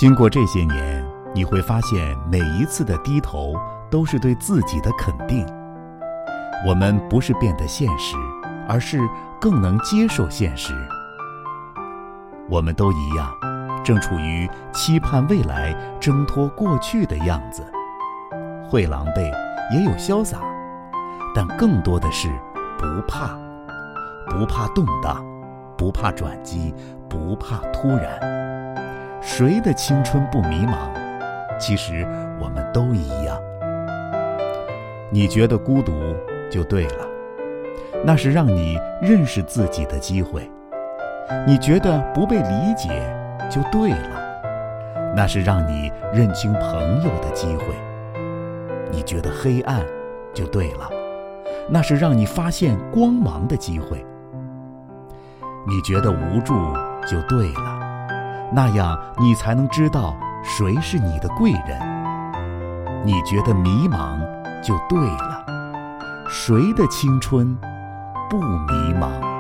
经过这些年，你会发现每一次的低头都是对自己的肯定。我们不是变得现实，而是更能接受现实。我们都一样，正处于期盼未来、挣脱过去的样子，会狼狈，也有潇洒，但更多的是不怕，不怕动荡，不怕转机，不怕突然。谁的青春不迷茫？其实我们都一样。你觉得孤独就对了，那是让你认识自己的机会。你觉得不被理解就对了，那是让你认清朋友的机会。你觉得黑暗就对了，那是让你发现光芒的机会。你觉得无助就对了，那样你才能知道谁是你的贵人。你觉得迷茫就对了，谁的青春不迷茫？